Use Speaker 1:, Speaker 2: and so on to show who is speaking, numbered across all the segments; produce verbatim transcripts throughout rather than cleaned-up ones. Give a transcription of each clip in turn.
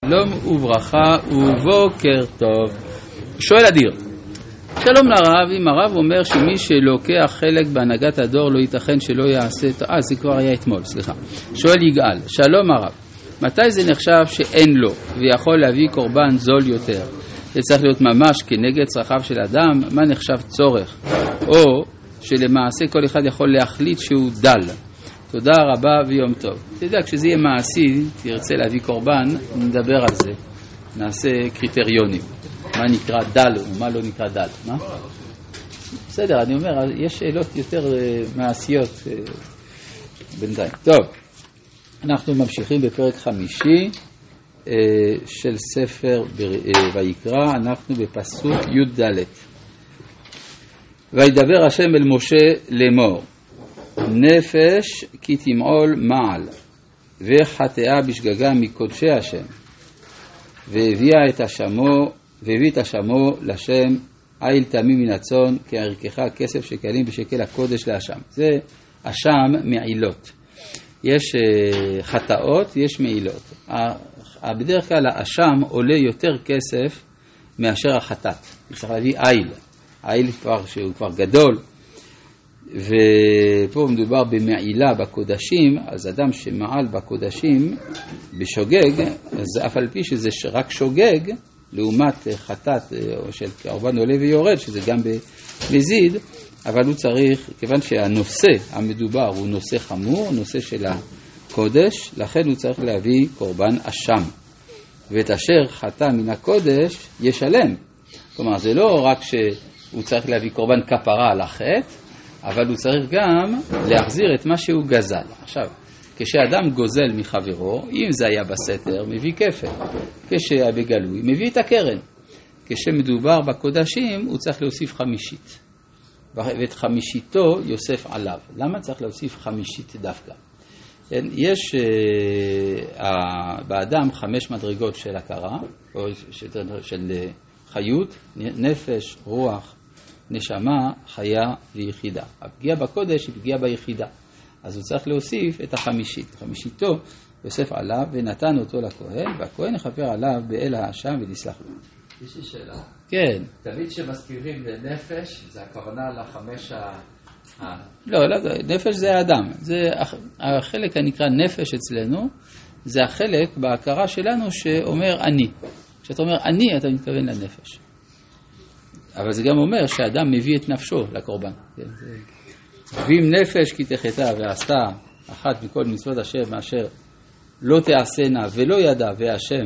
Speaker 1: שלום וברכה ובוקר טוב. שואל אדיר, שלום לרב, אם הרב אומר שמי שלוקח חלק בהנהגת הדור לא ייתכן שלא יעשה, אה זה כבר היה אתמול, סליחה. שואל יגאל, שלום הרב, מתי זה נחשב שאין לו ויכול להביא קורבן זול יותר? זה צריך להיות ממש כנגד צרכיו של אדם, מה נחשב צורך? או שלמעשה כל אחד יכול להחליט שהוא דל. תודה רבה ויום טוב. אתה יודע, כשזה יהיה מעשי, תרצה להביא קורבן, נדבר על זה. נעשה קריטריונים. מה נקרא דל ומה לא נקרא דל. מה? בסדר, אני אומר, יש שאלות יותר מעשיות בינתיים. טוב, אנחנו ממשיכים בפרק חמישי של ספר ויקרא, אנחנו בפסוק י' ד'. וידבר השם אל משה לאמור, נפש כי תמעול מעל, וחטאה בשגגה מקודשי השם, והביאה את השמו, והביא את השמו לשם, איל תמי מן הצאן, כי ערכך כסף שקלים בשקל הקודש לאשם. זה אשם מעילות. יש uh, חטאות, יש מעילות. בדרך כלל האשם עולה יותר כסף מאשר החטאת. צריך להביא איל. איל כבר שהוא כבר גדול. ופה מדובר במעילה בקודשים, אז אדם שמעל בקודשים בשוגג, אז אף על פי שזה רק שוגג, לעומת חטאת או של קורבן עולה ויורד, שזה גם במזיד, אבל הוא צריך, כיוון שהנושא המדובר הוא נושא חמור, נושא של הקודש, לכן הוא צריך להביא קורבן אשם. ואת אשר חטא מן הקודש ישלם. כלומר, זה לא רק שהוא צריך להביא קורבן כפרה על החטא, אבל הוא צריך גם להחזיר את מה שהוא גזל. עכשיו, כשאדם גוזל מחברו, אם זה היה בסתר, מביא כפל. כשהיה בגלוי, מביא את הקרן. כשמדובר בקודשים, הוא צריך להוסיף חמישית. ואת חמישיתו יוסף עליו. למה צריך להוסיף חמישית דווקא? יש uh, באדם חמש מדרגות של הכרה, או של, של חיות, נפש, רוח, נשמה, חיה ויחידה. הפגיעה בקודש היא פגיעה ביחידה. אז הוא צריך להוסיף את החמישית. חמישיתו יוסף עליו ונתן אותו לכהן, והכהן יכפר עליו באל האשם ולסלח לו.
Speaker 2: יש לי שאלה.
Speaker 1: כן.
Speaker 2: תמיד שמזכירים לנפש, זה הכוונה לחמש ה...
Speaker 1: לא, לא, נפש זה האדם. זה החלק הנקרא נפש אצלנו, זה החלק בהכרה שלנו שאומר אני. כשאתה אומר אני, אתה מתכוון לנפש. אבל זה גם אומר שהאדם מביא את נפשו לקורבן. ואם נפש כי תחטא ועשתה אחת מכל מצוות השם מאשר לא תעשנה ולא ידע והשם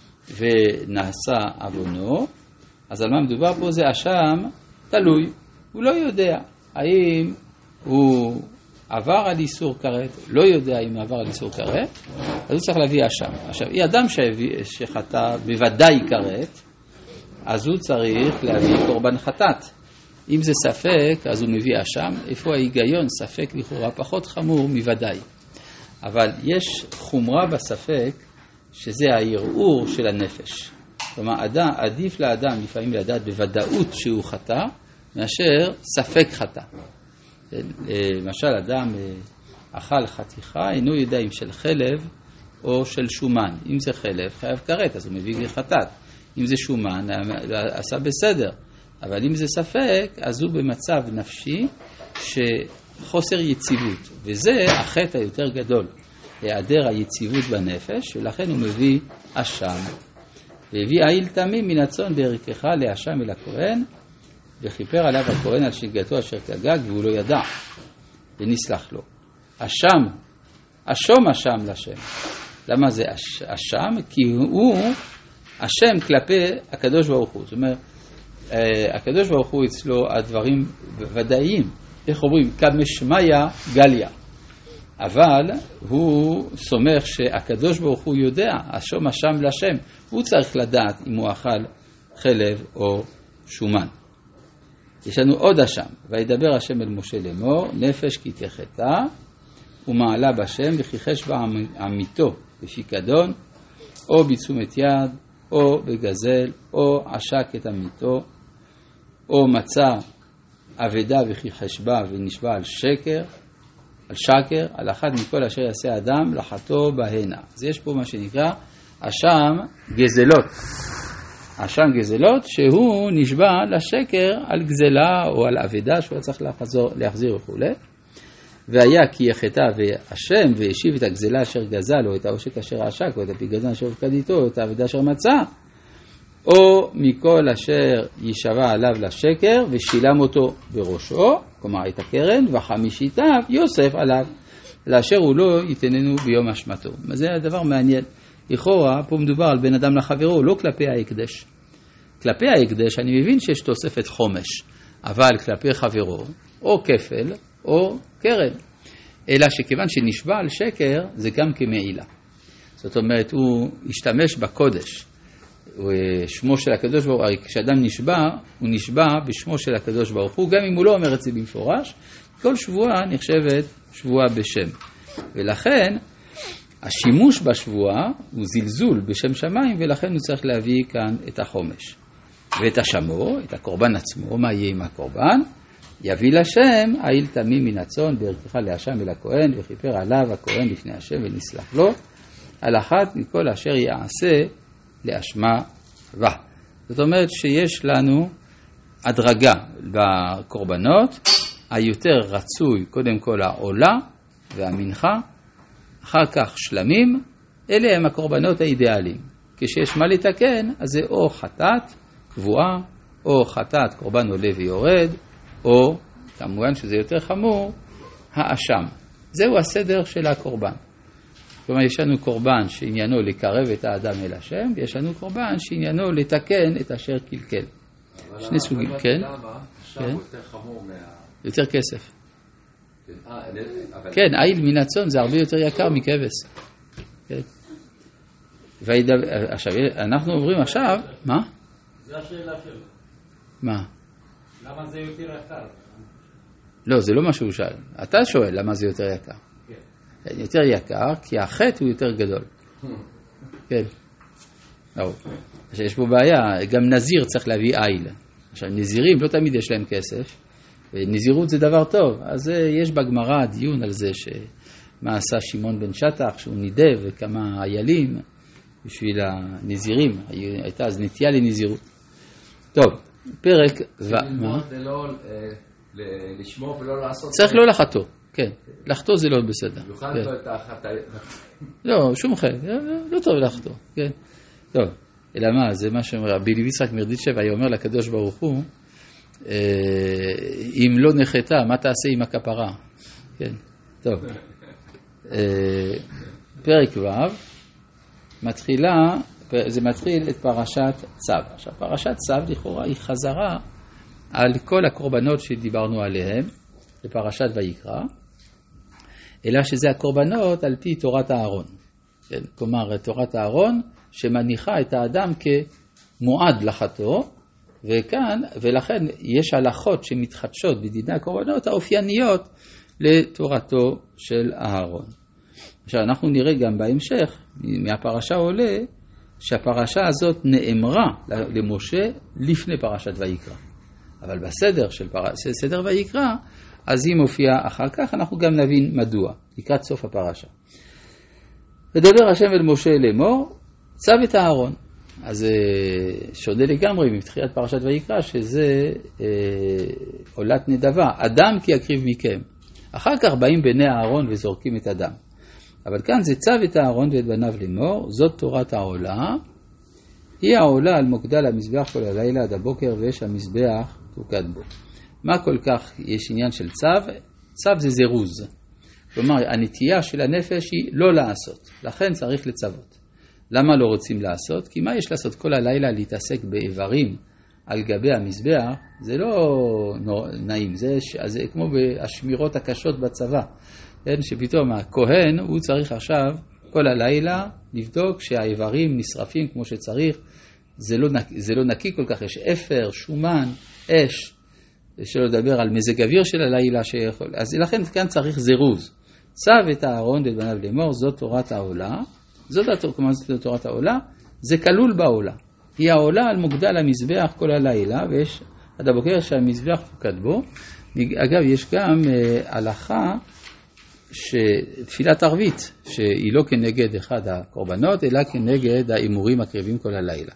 Speaker 1: ונעשה עוונו, אז על מה מדובר פה? זה אשם תלוי. הוא לא יודע האם הוא עבר על איסור כרת, לא יודע אם עבר על איסור כרת, אז הוא צריך להביא אשם. עכשיו, היא אדם שחטא בוודאי כרת, אז הוא צריך להביא קורבן חטאת. אם זה ספק, אז הוא מביא אשם. איפה ההיגיון? ספק לכאורה פחות חמור מוודאי. אבל יש חומרה בספק, שזה הערעור של הנפש. כלומר, אדם, עדיף לאדם לפעמים לדעת בוודאות שהוא חטא, מאשר ספק חטא. למשל, אדם אכל חתיכה, אינו יודע אם של חלב או של שומן. אם זה חלב, חייב כרת, אז הוא מביא חטאת. אם זה שומן, עשה בסדר. אבל אם זה ספק, אז הוא במצב נפשי שחוסר יציבות. וזה החטא היותר גדול, היעדר היציבות בנפש, ולכן הוא מביא אשם. והביא איל תמי מן הצאן בערכך לאשם אל הכהן, וכיפר עליו הכהן על שגגתו אשר כגג, והוא לא ידע, ונסלח לו. אשם, אשום אשם לשם. למה זה אשם? כי הוא השם כלפי הקדוש ברוך הוא. זאת אומרת, הקדוש ברוך הוא אצלו הדברים ודאיים. איך אומרים? כמשמיה גליה. אבל הוא סומך שהקדוש ברוך הוא יודע, אשום אשם לשם. הוא צריך לדעת אם הוא אכל חלב או שומן. יש לנו עוד אשם. וידבר השם אל משה לאמור, נפש כי תחטא, ומעלה בשם וכיחש בה עמיתו בפיקדון, או בתשומת יד, או בגזל, או עשק את עמיתו, או מצא אבדה וכיחש בה ונשבע על שקר, על שקר, על אחד מכל אשר יעשה אדם לחטוא בהנה. אז יש פה מה שנקרא אשם גזלות. אשם גזלות שהוא נשבע לשקר על גזלה או על אבדה שהוא צריך לחזור, להחזיר וכו'. והיה כי יחטא והשם והשיב את הגזלה אשר גזל או את העושק אשר עשק או את הפיקדון אשר הופקד איתו או את האבדה אשר מצא או מכל אשר יישבע עליו לשקר ושילם אותו בראשו, כלומר את הקרן, וחמישיתיו יוסף עליו לאשר הוא לא יתננו ביום אשמתו. זה הדבר מעניין. לכאורה פה מדובר על בן אדם לחברו, לא כלפי ההקדש. כלפי ההקדש אני מבין שיש תוספת חומש, אבל כלפי חברו או כפל או קרן. אלא שכיוון שנשבע על שקר זה גם כמעילה. זאת אומרת הוא השתמש בקודש. שמו של הקדוש ברוך הוא, כשאדם נשבע, הוא נשבע בשמו של הקדוש ברוך הוא, גם אם הוא לא אומר את זה במפורש, כל שבועה נחשבת שבועה בשם. ולכן השימוש בשבועה הוא זלזול בשם שמיים, ולכן הוא צריך להביא כאן את החומש. ואת השמור, את הקורבן עצמו, מה יהיה עם הקורבן? יביא לשם, העיל תמים מן הצאן, בערכך להשם ולכהן, וכיפר עליו הכהן לפני השם ונסלח לו, על אחת מכל אשר יעשה לאשמה בה. זאת אומרת שיש לנו הדרגה בקורבנות, היותר רצוי קודם כל העולה והמנחה, אחר כך שלמים, אלה הם הקורבנות האידיאליים. כשיש מה לתקן, אז זה או חטאת קבועה, או חטאת קורבן עולה ויורד, או כמובן שזה יותר חמור, האשם. זהו הסדר של הקורבן. כלומר, יש לנו קורבן שעניינו לקרב את האדם אל השם, ויש לנו קורבן שעניינו לתקן את אשר קלקל. שני סוגים, כן?
Speaker 2: עכשיו הוא יותר חמור מה...
Speaker 1: יותר כסף. כן, העיל מן הצאן זה הרבה יותר יקר מכבש. כן. עכשיו, אנחנו עוברים עכשיו, מה?
Speaker 3: זה השאלה שלו.
Speaker 1: מה?
Speaker 3: למה זה יותר יקר?
Speaker 1: לא, זה לא מה שהוא שאל. אתה שואל למה זה יותר יקר. יותר יקר, כי החטא הוא יותר גדול. כן. עכשיו, יש פה בעיה, גם נזיר צריך להביא עיל. עכשיו, נזירים לא תמיד יש להם כסף, ונזירות זה דבר טוב. אז יש בגמרא דיון על זה שמה עשה שמעון בן שטח, שהוא נידב וכמה איילים בשביל הנזירים. הייתה אז נטייה לנזירות. טוב, פרק...
Speaker 2: ללמוד זה לא לשמור ולא לעשות...
Speaker 1: צריך לא לחטוא. כן, לחטוא זה לא בסדר.
Speaker 2: יוכל לא את החטא...
Speaker 1: לא, שום חטא, לא טוב לחטוא, כן. טוב, אלא מה, זה מה שאומר, רבי יצחק מרדיצ'ב היה אומר לקדוש ברוך הוא, אם לא נחטא, מה תעשה עם הכפרה? כן, טוב. פרק ו' מתחילה, זה מתחיל את פרשת צו. עכשיו, פרשת צו לכאורה היא חזרה על כל הקורבנות שדיברנו עליהם, בפרשת ויקרא, אלא שזה הקורבנות על פי תורת הארון. כן? כלומר, תורת הארון שמניחה את האדם כמועד לחטוא, וכאן, ולכן יש הלכות שמתחדשות בדיני הקורבנות האופייניות לתורתו של הארון. עכשיו, אנחנו נראה גם בהמשך, מהפרשה עולה, שהפרשה הזאת נאמרה למשה לפני פרשת ויקרא. אבל בסדר של פר... סדר ויקרא, אז היא מופיעה אחר כך, אנחנו גם נבין מדוע, לקראת סוף הפרשה. ודבר השם אל משה לאמור, צו את הארון. אז זה שונה לגמרי מתחילת פרשת ויקרא, שזה אה, עולת נדבה, אדם כי יקריב מכם. אחר כך באים בני הארון וזורקים את הדם. אבל כאן זה צו את הארון ואת בניו לאמור, זאת תורת העולה, היא העולה על מוקדה למזבח כל הלילה עד הבוקר, ויש המזבח תוקד בו. מה כל כך יש עניין של צו? צו זה זירוז. כלומר, הנטייה של הנפש היא לא לעשות. לכן צריך לצוות. למה לא רוצים לעשות? כי מה יש לעשות כל הלילה להתעסק באיברים על גבי המזבח? זה לא נעים. זה, זה כמו בשמירות הקשות בצבא. כן? שפתאום הכהן הוא צריך עכשיו כל הלילה לבדוק שהאיברים נשרפים כמו שצריך. זה לא, זה לא נקי כל כך. יש אפר, שומן, אש. שלא לדבר על מזג אוויר של הלילה שיכול. אז לכן כאן צריך זירוז. צו את הארון ואת בניו לאמור, זאת תורת העולה. זאת כלומר זאת תורת העולה. זה כלול בעולה. היא העולה על מוקדה למזבח כל הלילה, ויש עד הבוקר שהמזבח פוקד בו. אגב, יש גם אה, הלכה שתפילת ערבית, שהיא לא כנגד אחד הקורבנות, אלא כנגד האימורים הקרבים כל הלילה.